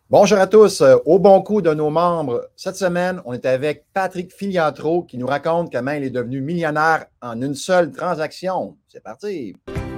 Bonjour à tous. Au bon coup de nos membres, cette semaine, on est avec Patrick Filiatro qui nous raconte comment il est devenu millionnaire en une seule transaction. C'est parti!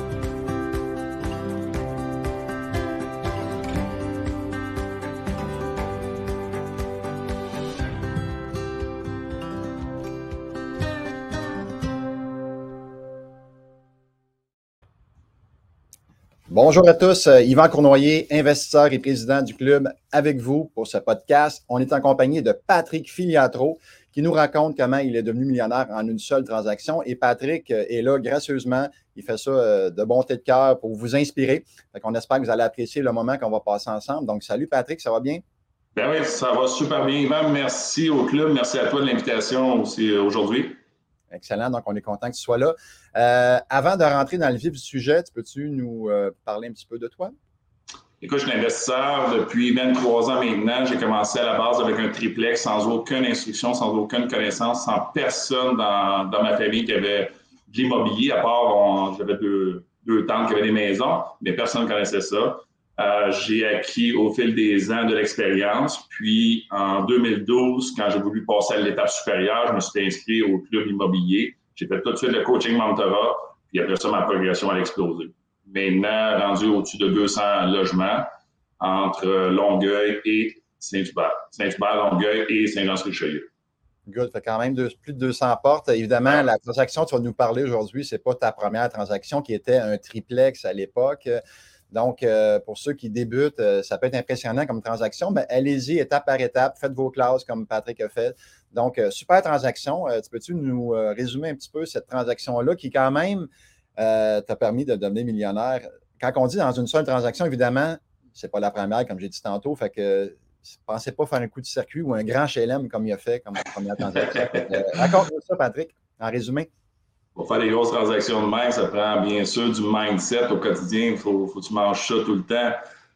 Bonjour à tous, Yvan Cournoyer, investisseur et président du club avec vous pour ce podcast. On est en compagnie de Patrick Filiatro qui nous raconte comment il est devenu millionnaire en une seule transaction. Et Patrick est là gracieusement, il fait ça de bonté de cœur pour vous inspirer. Fait qu'on espère que vous allez apprécier le moment qu'on va passer ensemble. Donc, salut Patrick, ça va bien? Ben oui, ça va super bien, Yvan. Merci au club, merci à toi de l'invitation aussi aujourd'hui. Excellent, donc on est content que tu sois là. Avant de rentrer dans le vif du sujet, peux-tu nous parler un petit peu de toi? Écoute, je suis investisseur depuis 23 ans maintenant. J'ai commencé à la base avec un triplex sans aucune instruction, sans aucune connaissance, sans personne dans ma famille qui avait de l'immobilier, à part, j'avais deux tantes qui avaient des maisons, mais personne ne connaissait ça. J'ai acquis au fil des ans de l'expérience. Puis, en 2012, quand j'ai voulu passer à l'étape supérieure, je me suis inscrit au club immobilier. J'ai fait tout de suite le coaching mentorat. Puis après ça, ma progression a explosé. Maintenant, rendu au-dessus de 200 logements entre Longueuil et Saint-Hubert. Saint-Hubert, Longueuil et Saint-Jean-sur-Richelieu. Good. Fait quand même plus de 200 portes. Évidemment, la transaction que tu vas nous parler aujourd'hui, ce n'est pas ta première transaction qui était un triplex à l'époque. Donc, pour ceux qui débutent, ça peut être impressionnant comme transaction, mais allez-y étape par étape, faites vos classes comme Patrick a fait. Donc, super transaction. Peux-tu nous résumer un petit peu cette transaction-là qui, quand même, t'a permis de devenir millionnaire? Quand on dit dans une seule transaction, évidemment, ce n'est pas la première, comme j'ai dit tantôt, fait que pensez pas faire un coup de circuit ou un grand HLM comme il a fait comme première transaction. Raconte-nous ça, Patrick, en résumé. Pour faire des grosses transactions de même, ça prend bien sûr du mindset au quotidien. Il faut que tu manges ça tout le temps.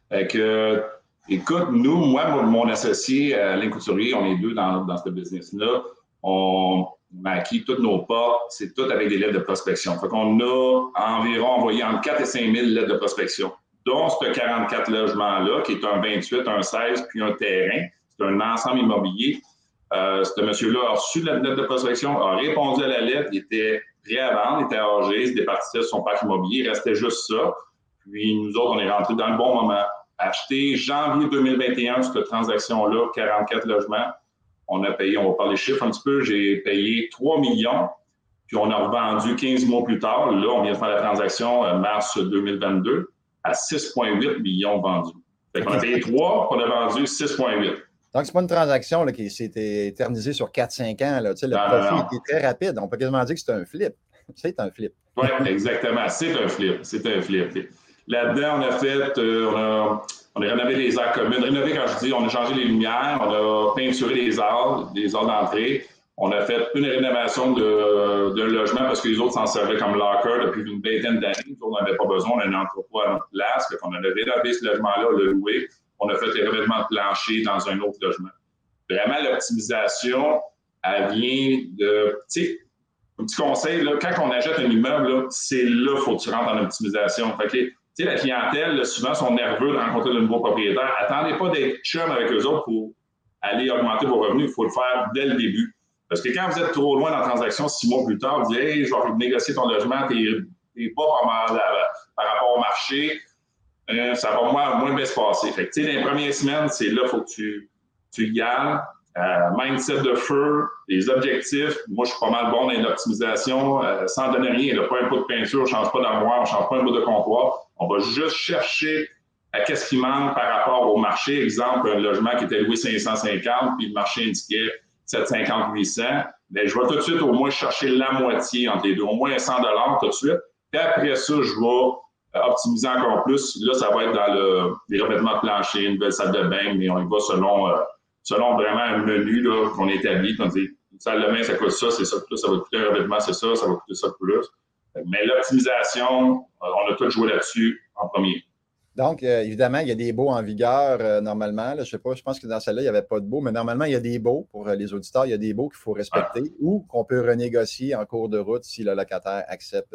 Écoute, moi, mon associé, Alain Couturier, on est deux dans ce business-là. On a acquis toutes nos portes, c'est tout avec des lettres de prospection. Fait qu'on a environ envoyé entre 4 et 5 000 lettres de prospection, dont ce 44 logements-là, qui est un 28, un 16, puis un terrain. C'est un ensemble immobilier. Ce monsieur-là a reçu la lettre de prospection, a répondu à la lettre, il était prêt à vendre, il était âgé, il se départissait de son parc immobilier, il restait juste ça. Puis nous autres, on est rentrés dans le bon moment. Acheté janvier 2021, cette transaction-là, 44 logements. On a payé, on va parler chiffres un petit peu, j'ai payé 3 millions, puis on a revendu 15 mois plus tard. Là, on vient de faire la transaction mars 2022 à 6,8 millions vendus. Fait qu'on a payé 3, on a vendu 6,8. Donc, ce n'est pas une transaction là, qui s'est éternisée sur 4-5 ans. Là. Le profit était très rapide. On peut quasiment dire que c'est un flip. C'est un flip. Oui, exactement. C'est un flip. C'est un flip. Là-dedans, on a fait, on a rénové les aires communes. Rénové, quand je dis, on a changé les lumières, on a peinturé les halls d'entrée. On a fait une rénovation d'un logement parce que les autres s'en servaient comme locker depuis une vingtaine d'années. On n'avait pas besoin d'un entrepôt à notre place. Fait qu'on a rénové ce logement-là, on l'a loué. On a fait les revêtements de plancher dans un autre logement. Vraiment, l'optimisation, elle vient de... Tu sais, un petit conseil, là, quand on achète un immeuble, c'est là qu'il faut que tu rentres en optimisation. Fait que, tu sais, la clientèle, là, souvent, sont nerveux de rencontrer de nouveaux propriétaires. Attendez pas d'être chum avec eux autres pour aller augmenter vos revenus. Il faut le faire dès le début. Parce que quand vous êtes trop loin dans la transaction, 6 mois plus tard, vous dites « Hey, je vais négocier ton logement, t'es pas par rapport au marché. » Ça va moins bien se passer. Fait que, tu sais, les premières semaines, c'est là qu'il faut que tu y ailles. Mindset de feu, les objectifs. Moi, je suis pas mal bon dans l'optimisation. Sans donner rien, là, pas un pot de peinture, on ne change pas d'armoire, on ne change pas un bout de comptoir. On va juste chercher à qu'est-ce qui manque par rapport au marché. Exemple, un logement qui était loué 550, puis le marché indiquait 750-800. Bien, je vais tout de suite au moins chercher la moitié entre les deux, au moins 100 $ tout de suite. Puis après ça, je vais optimiser encore plus. Là, ça va être dans les revêtements de plancher, une belle salle de bain, mais on y va selon vraiment un menu là, qu'on établit. On dit, une salle de bain, ça coûte ça, c'est ça de plus, ça va coûter un revêtement, c'est ça va coûter ça de plus. Mais l'optimisation, on a tout joué là-dessus en premier. Donc, évidemment, il y a des baux en vigueur normalement. Là, je ne sais pas, je pense que dans celle-là, il n'y avait pas de baux, mais normalement, il y a des baux pour les auditeurs. Il y a des baux qu'il faut respecter ou qu'on peut renégocier en cours de route si le locataire accepte.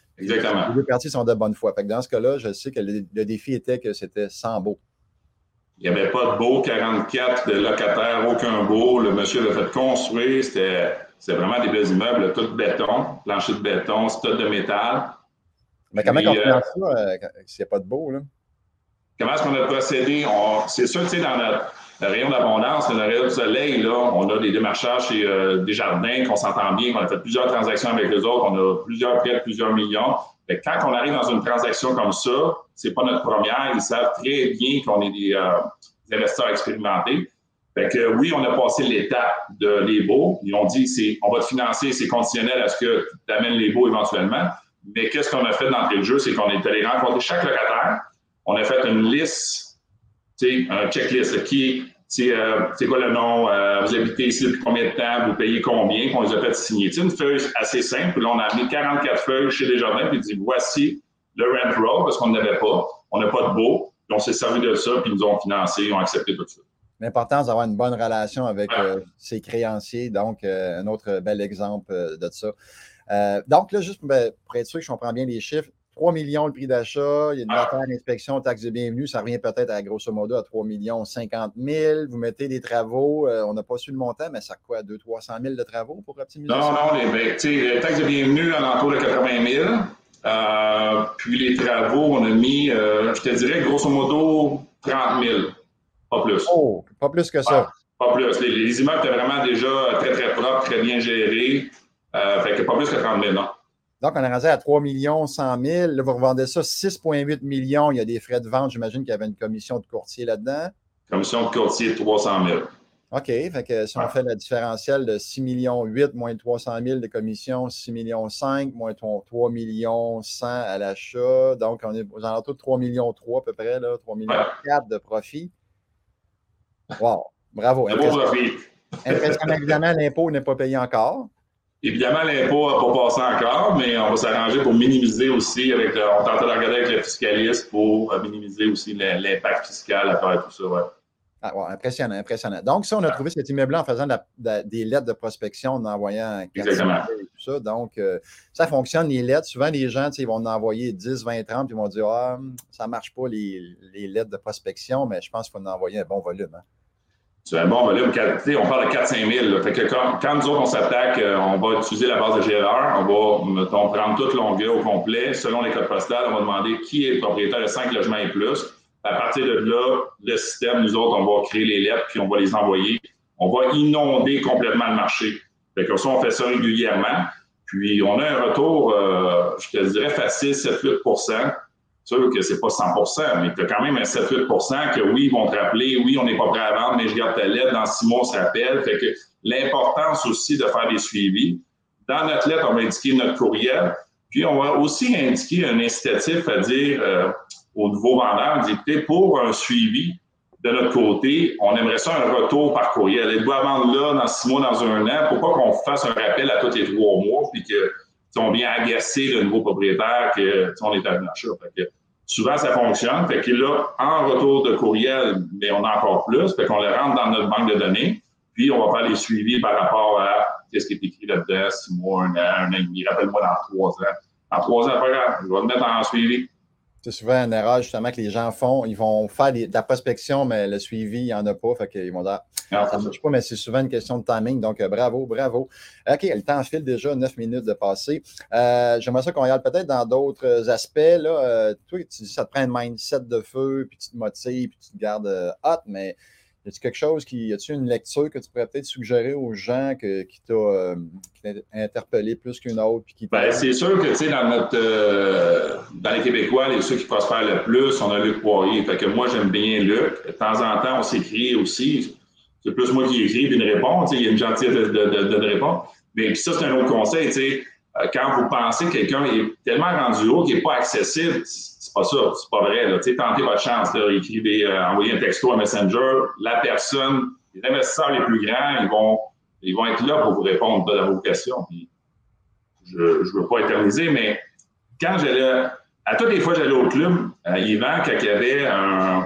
Exactement. Les deux parties sont de bonne foi. Fait que dans ce cas-là, je sais que le défi était que c'était sans baux. Il n'y avait pas de baux, 44 de locataires, aucun baux. Le monsieur l'a fait construire. C'était vraiment des beaux immeubles, tout de béton, plancher de béton, stock de métal. Mais comment on finance ça s'il n'y a pas de baux, là? Comment est-ce qu'on a procédé? C'est sûr, tu sais, dans notre rayon d'abondance, le rayon du soleil, là, on a des démarchages chez Desjardins, qu'on s'entend bien, qu'on a fait plusieurs transactions avec eux autres, on a plusieurs prêts de plusieurs millions. Mais quand on arrive dans une transaction comme ça, c'est pas notre première. Ils savent très bien qu'on est des investisseurs expérimentés. Fait que oui, on a passé l'étape des baux. Ils ont dit on va te financer, c'est conditionnel à ce que tu amènes les baux éventuellement. Mais qu'est-ce qu'on a fait d'entrée de jeu? C'est qu'on est allé rencontrer chaque locataire. On a fait une liste, un checklist. C'est quoi le nom? Vous habitez ici depuis combien de temps? Vous payez combien? Qu'on les a fait signer. Une feuille assez simple. Là, on a amené 44 feuilles chez Desjardins puis dit voici le rent roll parce qu'on n'avait pas. On n'a pas de baux. Puis on s'est servi de ça puis ils nous ont financé. Ils ont accepté tout ça. L'importance d'avoir une bonne relation avec ses créanciers. Donc, un autre bel exemple de ça. Donc, là, juste pour être sûr que je comprends bien les chiffres, 3 millions le prix d'achat, il y a une notaire d'inspection, taxe de bienvenue, ça revient peut-être à grosso modo à 3 millions 50 000. Vous mettez des travaux, on n'a pas su le montant, mais ça quoi, 200-300 000 de travaux pour optimiser ça? Non, les taxes de bienvenue en entour de 80 000. Puis les travaux, on a mis, je te dirais, grosso modo, 30 000, pas plus. Oh, pas plus que ça. Pas plus. Les immeubles étaient vraiment déjà très, très propres, très bien gérés. Fait que pas plus que 30 000, non. Donc, on est rendu à 3 100 000. Là, vous revendez ça 6,8 millions. Il y a des frais de vente. J'imagine qu'il y avait une commission de courtier là-dedans. Commission de courtier de 300 000. OK. Fait que si on fait la différentielle de 6,8 millions moins 300 000 de commission, 6,5 millions moins 3 millions 100 à l'achat. Donc, on est aux alentours de 3 millions à peu près, là, 3 millions 4 de profit. Wow. Bravo. Impressionnant. Évidemment, l'impôt n'est pas payé encore. Évidemment, l'impôt n'a pas passé encore, mais on va s'arranger pour minimiser aussi on tente de regarder avec le fiscaliste pour minimiser aussi l'impact fiscal à travers tout ça. Ouais. Ah, ouais, impressionnant. Donc, ça, on a trouvé cet immeuble-là en faisant des lettres de prospection, en envoyant 400 000 et tout ça. Donc, ça fonctionne, les lettres. Souvent, les gens, ils vont en envoyer 10, 20, 30, puis ils vont dire ça ne marche pas, les lettres de prospection, mais je pense qu'il faut en envoyer un bon volume. Hein. C'est un bon volume. On parle de 4-5 000. Fait que quand nous autres, on s'attaque, on va utiliser la base de GLR. On va, mettons, prendre toute Longueuil au complet. Selon les codes postales, on va demander qui est le propriétaire de 5 logements et plus. À partir de là, le système, nous autres, on va créer les lettres puis on va les envoyer. On va inonder complètement le marché. Fait que ça, on fait ça régulièrement. Puis, on a un retour, je te dirais, facile, 7-8 %. Sûr que c'est pas 100 %, mais tu as quand même un 7-8 % que oui, ils vont te rappeler, oui, on n'est pas prêt à vendre, mais je garde ta lettre, dans 6 mois, on se rappelle. Fait que l'importance aussi de faire des suivis. Dans notre lettre, on va indiquer notre courriel, puis on va aussi indiquer un incitatif à dire aux nouveaux vendeurs, écoutez, pour un suivi de notre côté, on aimerait ça un retour par courriel. Elle doit vendre là, dans 6 mois, dans 1 an, pour pas qu'on fasse un rappel à tous les 3 mois, puis que on vient agacer le nouveau propriétaire qu'on est à l'achat. Souvent, ça fonctionne. Fait que là, en retour de courriel, mais on a encore plus. Fait qu'on le rentre dans notre banque de données. Puis, on va faire les suivis par rapport à qu'est-ce qui est écrit là-dedans, 6 mois, 1 an et demi. Rappelle-moi dans 3 ans. Dans 3 ans, pas grave. Je vais le mettre en suivi. C'est souvent une erreur, justement, que les gens font. Ils vont faire de la prospection, mais le suivi, il n'y en a pas. Fait qu'ils vont dire, ça ne marche pas, mais c'est souvent une question de timing. Donc, bravo. OK, le temps file déjà, 9 minutes de passer. J'aimerais ça qu'on regarde peut-être dans d'autres aspects. Là, toi, tu dis ça te prend un mindset de feu, puis tu te motives, puis tu te gardes hot, mais y a-t-il quelque chose y a-t-il une lecture que tu pourrais peut-être suggérer aux gens qui t'a interpellé plus qu'une autre? Puis c'est sûr que, tu sais, dans les Québécois, ceux qui prospèrent le plus, on a Luc Poirier. Fait que moi, j'aime bien Luc. De temps en temps, on s'écrit aussi. C'est plus moi qui écris puis il répond. Il y a une gentillesse de répondre. Mais puis ça, c'est un autre conseil. Quand vous pensez que quelqu'un est tellement rendu haut qu'il n'est pas accessible, c'est pas ça, c'est pas vrai. Là. Tentez votre chance. Là. Écrivez, envoyez un texto à Messenger. La personne, les investisseurs les plus grands, ils vont être là pour vous répondre à vos questions. Puis, je ne veux pas éterniser, mais quand à toutes les fois que j'allais au club, Yvan, quand il y avait un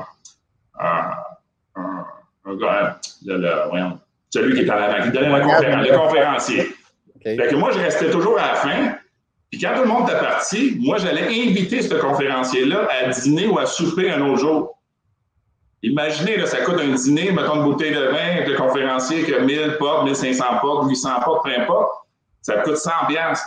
gars, celui qui était à l'avant, qui donnait la conférence, le conférencier. Okay. Fait que moi, je restais toujours à la fin. Puis quand tout le monde était parti, moi, j'allais inviter ce conférencier-là à dîner ou à souper un autre jour. Imaginez, là, ça coûte un dîner, mettons une bouteille de vin avec le conférencier qui a 1000 portes, 1500 portes, 800 portes, peu importe. Ça coûte 100 piastres.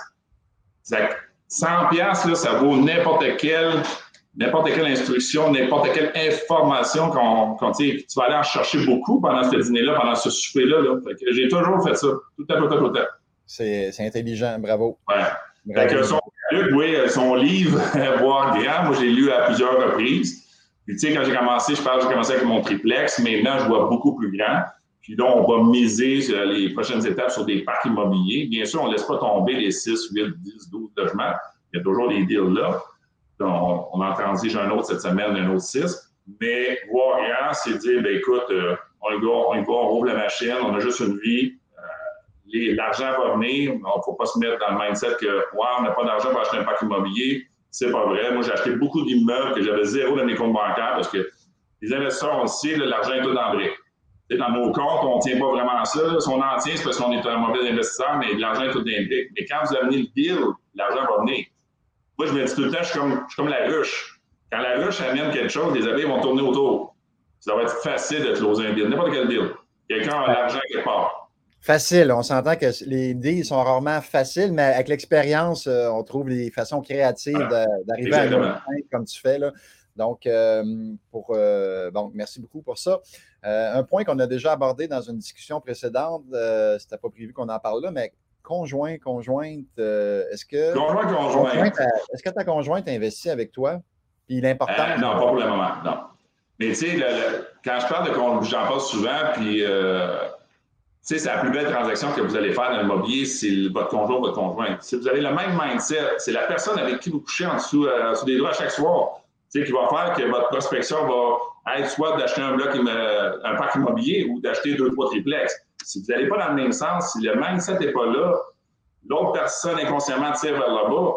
100 piastres, là, ça vaut n'importe quelle instruction, n'importe quelle information tu vas aller en chercher beaucoup pendant ce dîner-là, pendant ce souper-là. Là. Fait que j'ai toujours fait ça, tout à tout. C'est intelligent, bravo. Ouais. Fait que son livre, Voir grand, moi, je l'ai lu à plusieurs reprises. Puis, tu sais, quand j'ai commencé avec mon triplex. Maintenant, je vois beaucoup plus grand. Puis là, on va miser sur les prochaines étapes sur des parcs immobiliers. Bien sûr, on ne laisse pas tomber les 6, 8, 10, 12 logements. Il y a toujours des deals là. Donc, on en transige un autre cette semaine, un autre 6. Mais voir grand, c'est dire, ben écoute, on y va, on rouvre la machine, on a juste une vie. L'argent va venir. Il ne faut pas se mettre dans le mindset que, on n'a pas d'argent pour acheter un parc immobilier. C'est pas vrai. Moi, j'ai acheté beaucoup d'immeubles que j'avais zéro dans mes comptes bancaires parce que les investisseurs, on le sait, l'argent est tout dans le brique. Dans nos comptes, on ne tient pas vraiment à ça. Si on en tient, c'est parce qu'on est un mauvais investisseur, mais l'argent est tout dans le brique. Mais quand vous amenez le deal, l'argent va venir. Moi, je me dis tout le temps, je suis comme la ruche. Quand la ruche amène quelque chose, les abeilles vont tourner autour. Ça va être facile de closer un deal. N'importe quel deal. Quelqu'un a l'argent quelque part. Facile. On s'entend que les deals sont rarement faciles, mais avec l'expérience, on trouve des façons créatives d'arriver à un point comme tu fais. Là. Donc, merci beaucoup pour ça. Un point qu'on a déjà abordé dans une discussion précédente, c'était pas prévu qu'on en parle là, mais conjointe, est-ce que ta conjointe investit avec toi? Puis l'importance. Non, pas pour le moment, non. Mais tu sais, quand je parle de conjointe, j'en parle souvent, puis tu sais, c'est la plus belle transaction que vous allez faire dans l'immobilier, c'est votre conjoint ou votre conjointe. Si vous avez le même mindset, c'est la personne avec qui vous couchez en dessous des draps à chaque soir, tu sais, qui va faire que votre prospection va être soit d'acheter un parc immobilier ou d'acheter 2-3 triplex. Si vous n'allez pas dans le même sens, si le mindset n'est pas là, l'autre personne inconsciemment tire vers le bas.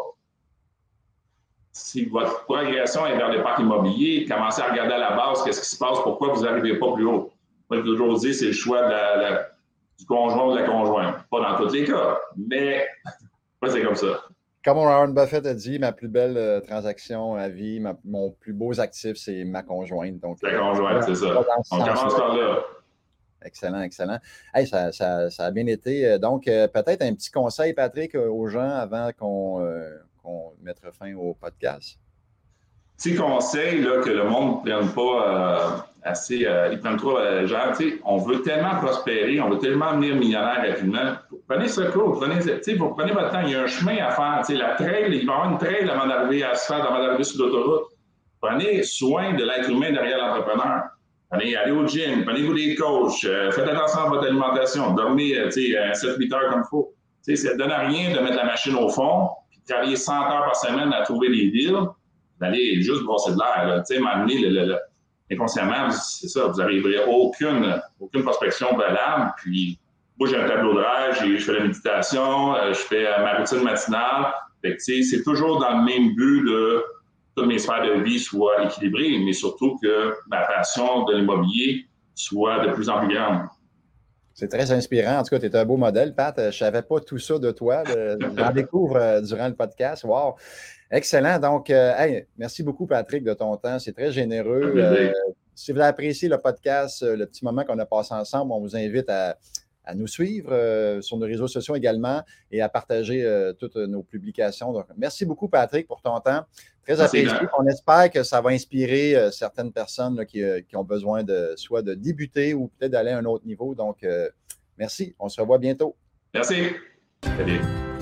Si votre progression est vers les parcs immobiliers, commencez à regarder à la base qu'est-ce qui se passe, pourquoi vous n'arrivez pas plus haut. Moi, je toujours dit, c'est le choix du conjoint ou de la conjointe. Pas dans tous les cas, mais c'est comme ça. Comme Warren Buffett a dit, ma plus belle transaction à vie, mon plus beau actif, c'est ma conjointe. Donc, la conjointe, c'est ça. On commence par là. Excellent. Hey, ça a bien été. Donc, peut-être un petit conseil, Patrick, aux gens avant qu'on mette fin au podcast. Petit conseil là, que le monde ne prenne pas ils prennent trop genre, on veut tellement prospérer, on veut tellement devenir millionnaire rapidement. Prenez ce cours, prenez votre temps, il y a un chemin à faire. La trail, il va y avoir une trail avant d'arriver à se faire, avant d'arriver sur l'autoroute. Prenez soin de l'être humain derrière l'entrepreneur. Allez au gym, prenez-vous des coachs, faites attention à votre alimentation, dormez 7-8 heures comme il faut. Ça ne donne rien de mettre la machine au fond, puis de travailler 100 heures par semaine à trouver des deals, d'aller juste brosser de l'air. M'amener inconsciemment, c'est ça, vous n'arriverez à aucune prospection valable. Puis, moi, j'ai un tableau de rêve, je fais la méditation, je fais ma routine matinale. Fait que, c'est toujours dans le même but de toutes mes sphères de vie soient équilibrées, mais surtout que ma passion de l'immobilier soit de plus en plus grande. C'est très inspirant. En tout cas, tu es un beau modèle, Pat. Je ne savais pas tout ça de toi. J'en découvre durant le podcast. Wow! Excellent. Donc, merci beaucoup, Patrick, de ton temps. C'est très généreux. Si vous avez apprécié le podcast, le petit moment qu'on a passé ensemble, on vous invite à nous suivre sur nos réseaux sociaux également et à partager toutes nos publications. Donc, merci beaucoup, Patrick, pour ton temps. Très apprécié. On espère que ça va inspirer certaines personnes là, qui ont besoin soit de débuter ou peut-être d'aller à un autre niveau. Donc, merci. On se revoit bientôt. Merci. Salut.